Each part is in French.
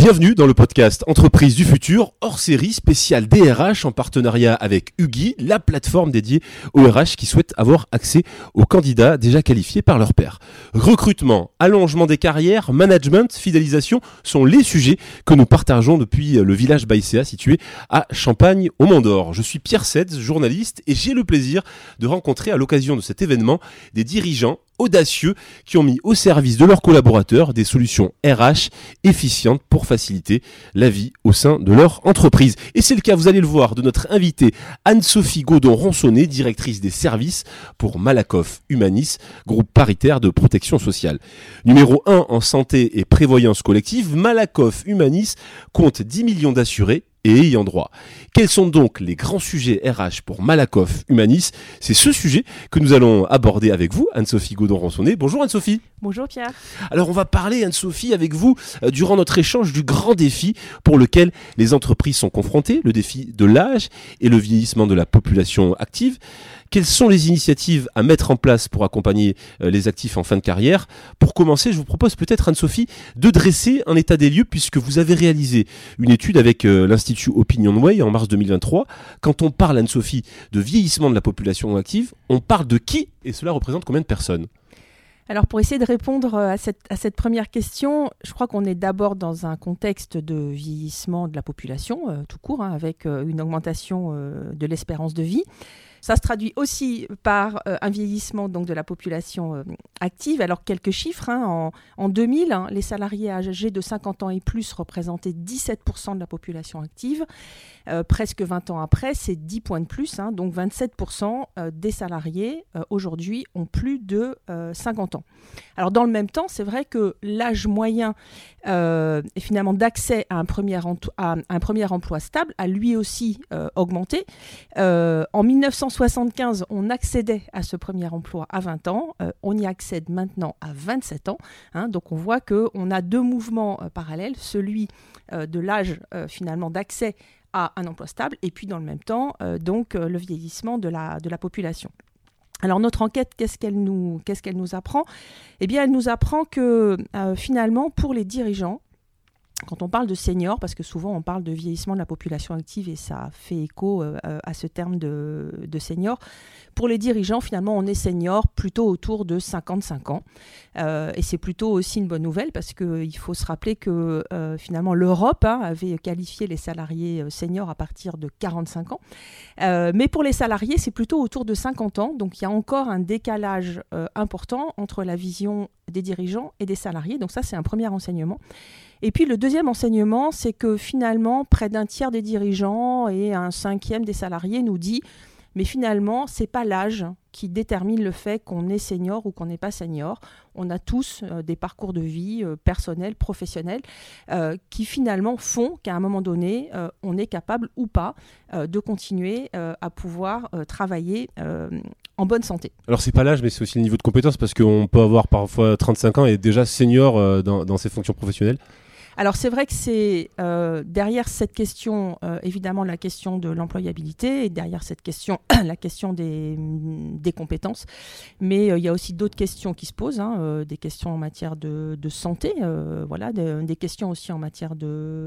Bienvenue dans le podcast Entreprise du futur, hors série spéciale DRH en partenariat avec Huggy, la plateforme dédiée aux RH qui souhaitent avoir accès aux candidats déjà qualifiés par leur pair. Recrutement, allongement des carrières, management, fidélisation sont les sujets que nous partageons depuis le village Baïséa situé à Champagne au Mont d'Or. Je suis Pierre Sedz, journaliste, et j'ai le plaisir de rencontrer à l'occasion de cet événement des dirigeants audacieux qui ont mis au service de leurs collaborateurs des solutions RH efficientes pour faciliter la vie au sein de leur entreprise. Et c'est le cas, vous allez le voir, de notre invitée Anne-Sophie Gaudon-Ronsonnet, directrice des services pour Malakoff Humanis, groupe paritaire de protection sociale. Numéro 1 en santé et prévoyance collective, Malakoff Humanis compte 10 millions d'assurés et ayant droit. Quels sont donc les grands sujets RH pour Malakoff Humanis ? C'est ce sujet que nous allons aborder avec vous, Anne-Sophie Gaudon-Ronsonnet. Bonjour Anne-Sophie. Bonjour Pierre. Alors on va parler, Anne-Sophie, avec vous, durant notre échange du grand défi pour lequel les entreprises sont confrontées, le défi de l'âge et le vieillissement de la population active. Quelles sont les initiatives à mettre en place pour accompagner les actifs en fin de carrière ? Pour commencer, je vous propose peut-être, Anne-Sophie, de dresser un état des lieux puisque vous avez réalisé une étude avec l'Institut Opinionway en mars 2023. Quand on parle, Anne-Sophie, de vieillissement de la population active, on parle de qui et cela représente combien de personnes ? Alors pour essayer de répondre à cette première question, je crois qu'on est d'abord dans un contexte de vieillissement de la population, tout court, avec une augmentation de l'espérance de vie. Ça se traduit aussi par un vieillissement donc, de la population active. Alors, quelques chiffres. En 2000, les salariés âgés de 50 ans et plus représentaient 17% de la population active. Presque 20 ans après, c'est 10 points de plus. Donc, 27% des salariés aujourd'hui ont plus de 50 ans. Alors, dans le même temps, c'est vrai que l'âge moyen et finalement d'accès à un premier emploi stable a lui aussi augmenté. En 1975, on accédait à ce premier emploi à 20 ans. On y accède maintenant à 27 ans. Donc on voit qu'on a deux mouvements parallèles, celui de l'âge finalement d'accès à un emploi stable et puis dans le même temps donc le vieillissement de la population. Alors notre enquête, qu'est-ce qu'elle nous apprend ? Eh bien, elle nous apprend que finalement, pour les dirigeants, quand on parle de seniors, parce que souvent on parle de vieillissement de la population active et ça fait écho à ce terme de seniors, pour les dirigeants, finalement, on est senior plutôt autour de 55 ans. Et c'est plutôt aussi une bonne nouvelle parce qu'il faut se rappeler que finalement l'Europe avait qualifié les salariés seniors à partir de 45 ans. Mais pour les salariés, c'est plutôt autour de 50 ans. Donc il y a encore un décalage important entre la vision des dirigeants et des salariés. Donc ça, c'est un premier enseignement. Et puis le deuxième enseignement, c'est que finalement, près d'un tiers des dirigeants et un cinquième des salariés nous dit mais finalement, ce n'est pas l'âge qui détermine le fait qu'on est senior ou qu'on n'est pas senior. On a tous des parcours de vie personnels, professionnels, qui finalement font qu'à un moment donné, on est capable ou pas de continuer à pouvoir travailler en bonne santé. Alors c'est pas l'âge, mais c'est aussi le niveau de compétence parce qu'on peut avoir parfois 35 ans et être déjà senior dans ses fonctions professionnelles. Alors c'est vrai que c'est derrière cette question, évidemment la question de l'employabilité et derrière cette question, la question des compétences. Mais il y a aussi d'autres questions qui se posent, des questions en matière de santé, des questions aussi en matière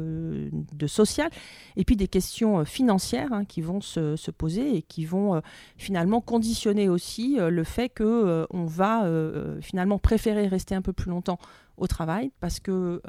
de social et puis des questions financières qui vont se poser et qui vont finalement conditionner aussi le fait qu'on va finalement préférer rester un peu plus longtemps au travail parce que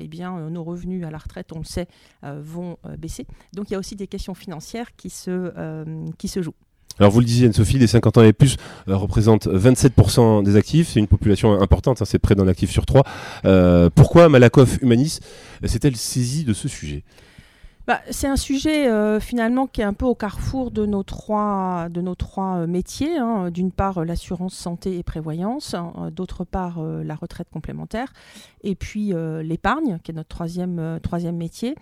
nos revenus à la retraite, on le sait, vont baisser. Donc il y a aussi des questions financières qui se jouent. Alors vous le disiez Anne-Sophie, les 50 ans et plus représentent 27% des actifs, c'est une population importante, c'est près d'un actif sur 3. Pourquoi Malakoff Humanis s'est-elle saisie de ce sujet ? C'est un sujet finalement qui est un peu au carrefour de nos trois métiers. D'une part, l'assurance santé et prévoyance, d'autre part, la retraite complémentaire, et puis l'épargne, qui est notre troisième métier.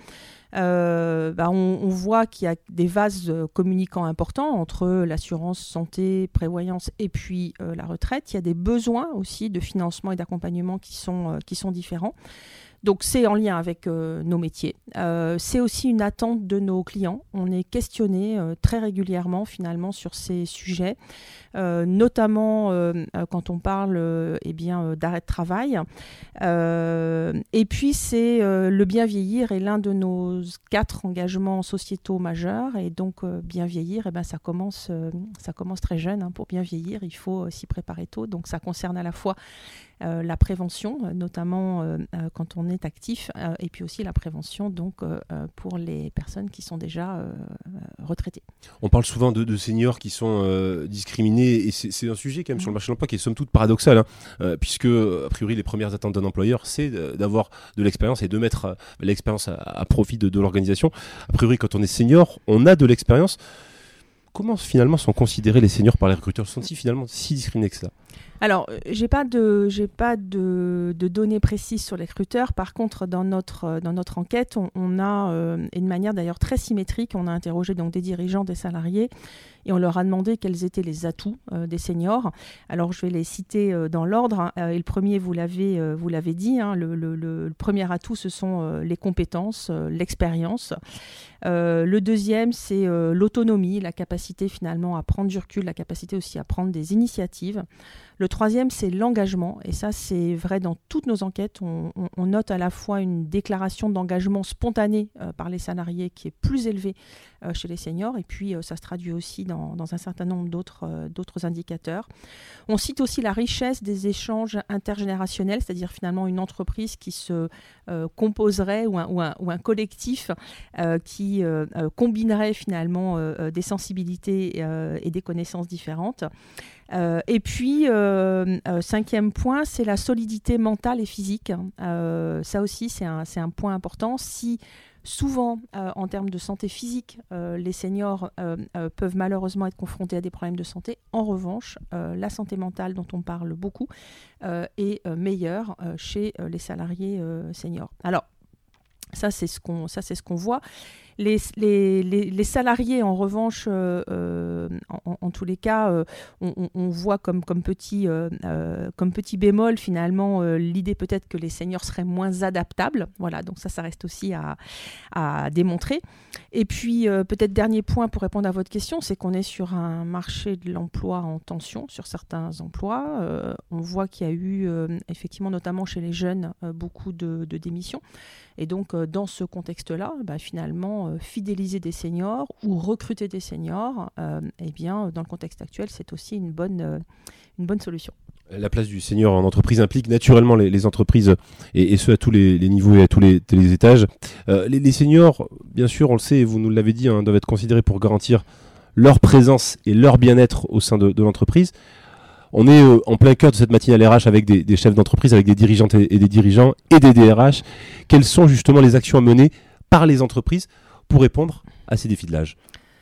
On voit qu'il y a des vases communicants importants entre l'assurance santé, prévoyance et puis la retraite. Il y a des besoins aussi de financement et d'accompagnement qui sont différents. Donc c'est en lien avec nos métiers. C'est aussi une attente de nos clients. On est questionné très régulièrement finalement sur ces sujets, notamment quand on parle d'arrêt de travail. Et puis c'est le bien vieillir est l'un de nos 4 engagements sociétaux majeurs. Et donc bien vieillir, ça commence très jeune. Pour bien vieillir, il faut s'y préparer tôt. Donc ça concerne à la fois la prévention, notamment quand on est actif, et puis aussi la prévention pour les personnes qui sont déjà retraitées. On parle souvent de seniors qui sont discriminés, et c'est un sujet quand même sur le marché de l'emploi qui est somme toute paradoxal, puisque a priori les premières attentes d'un employeur c'est d'avoir de l'expérience et de mettre l'expérience à profit de l'organisation. A priori quand on est senior, on a de l'expérience. Comment finalement sont considérés les seniors par les recruteurs? Sont-ils finalement si discriminés que ça? Alors, j'ai pas de données précises sur les recruteurs. Par contre, dans notre enquête, on a, et de manière d'ailleurs très symétrique, on a interrogé donc des dirigeants, des salariés, et on leur a demandé quels étaient les atouts des seniors. Alors, je vais les citer dans l'ordre. Et le premier, vous l'avez dit, le premier atout, ce sont les compétences, l'expérience. Le deuxième, c'est l'autonomie, la capacité finalement à prendre du recul, la capacité aussi à prendre des initiatives. Le troisième, c'est l'engagement. Et ça, c'est vrai dans toutes nos enquêtes. On note à la fois une déclaration d'engagement spontanée par les salariés qui est plus élevée chez les seniors. Et puis, ça se traduit aussi dans un certain nombre d'autres indicateurs. On cite aussi la richesse des échanges intergénérationnels, c'est-à-dire finalement une entreprise qui se composerait ou un collectif qui combinerait finalement des sensibilités et des connaissances différentes. Et puis, cinquième point, c'est la solidité mentale et physique. Ça aussi, c'est un point important. Si souvent, en termes de santé physique, les seniors peuvent malheureusement être confrontés à des problèmes de santé, en revanche, la santé mentale, dont on parle beaucoup, est meilleure chez les salariés seniors. Alors, ça, c'est ce qu'on voit. Les salariés, en revanche, en tous les cas, on voit comme petit bémol, finalement, l'idée peut-être que les seniors seraient moins adaptables. Voilà, donc ça reste aussi à démontrer. Et puis, peut-être dernier point pour répondre à votre question, c'est qu'on est sur un marché de l'emploi en tension sur certains emplois. On voit qu'il y a eu, effectivement, notamment chez les jeunes, beaucoup de démissions. Et donc, dans ce contexte-là, finalement, fidéliser des seniors ou recruter des seniors, dans le contexte actuel, c'est aussi une bonne solution. La place du senior en entreprise implique naturellement les entreprises, et ce à tous les niveaux et à tous les étages. Les seniors, bien sûr, on le sait, et vous nous l'avez dit, doivent être considérés pour garantir leur présence et leur bien-être au sein de l'entreprise. On est en plein cœur de cette matinale RH avec des chefs d'entreprise, avec des dirigeantes et des dirigeants et des DRH. Quelles sont justement les actions à mener par les entreprises pour répondre à ces défis de l'âge ?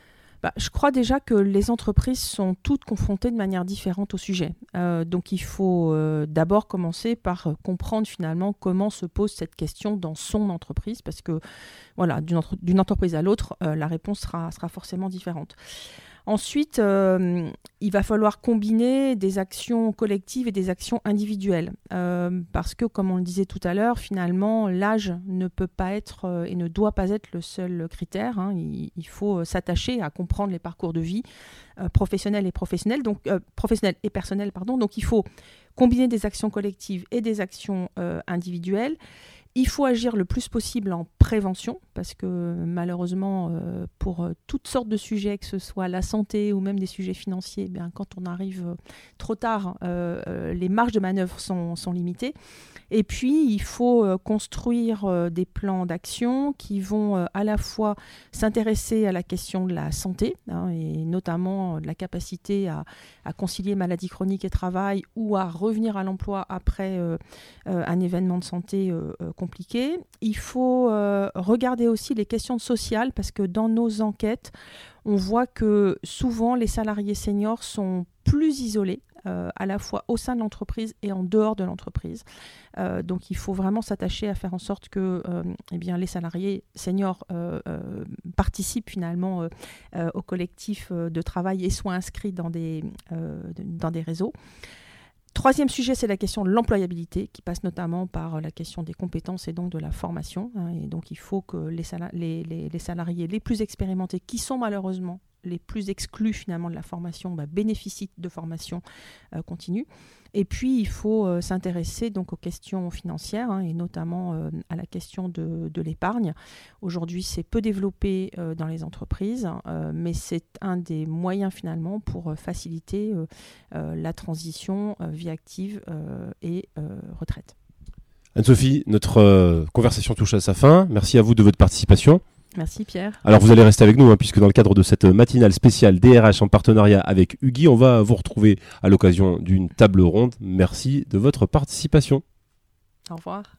Je crois déjà que les entreprises sont toutes confrontées de manière différente au sujet. Donc il faut d'abord commencer par comprendre finalement comment se pose cette question dans son entreprise, parce que voilà, d'une entreprise à l'autre, la réponse sera forcément différente. Ensuite, il va falloir combiner des actions collectives et des actions individuelles. Parce que, comme on le disait tout à l'heure, finalement, l'âge ne peut pas être et ne doit pas être le seul critère. Il faut s'attacher à comprendre les parcours de vie professionnels et personnels. Donc, il faut combiner des actions collectives et des actions individuelles. Il faut agir le plus possible en prévention, parce que malheureusement, pour toutes sortes de sujets, que ce soit la santé ou même des sujets financiers, quand on arrive trop tard, les marges de manœuvre sont limitées. Et puis, il faut construire des plans d'action qui vont à la fois s'intéresser à la question de la santé, et notamment de la capacité à concilier maladie chronique et travail, ou à revenir à l'emploi après un événement de santé compliqué. Il faut regarder aussi les questions sociales, parce que dans nos enquêtes, on voit que souvent les salariés seniors sont plus isolés, à la fois au sein de l'entreprise et en dehors de l'entreprise. Donc il faut vraiment s'attacher à faire en sorte que les salariés seniors participent finalement au collectif de travail et soient inscrits dans des réseaux. Troisième sujet, c'est la question de l'employabilité, qui passe notamment par la question des compétences et donc de la formation. Et donc, il faut que les salariés les plus expérimentés, qui sont malheureusement les plus exclus finalement de la formation, bénéficient de formation continue. Et puis, il faut s'intéresser donc aux questions financières et notamment à la question de l'épargne. Aujourd'hui, c'est peu développé dans les entreprises, mais c'est un des moyens finalement pour faciliter la transition vie active et retraite. Anne-Sophie, notre conversation touche à sa fin. Merci à vous de votre participation. Merci Pierre. Alors vous allez rester avec nous puisque dans le cadre de cette matinale spéciale DRH en partenariat avec Huggy, on va vous retrouver à l'occasion d'une table ronde. Merci de votre participation. Au revoir.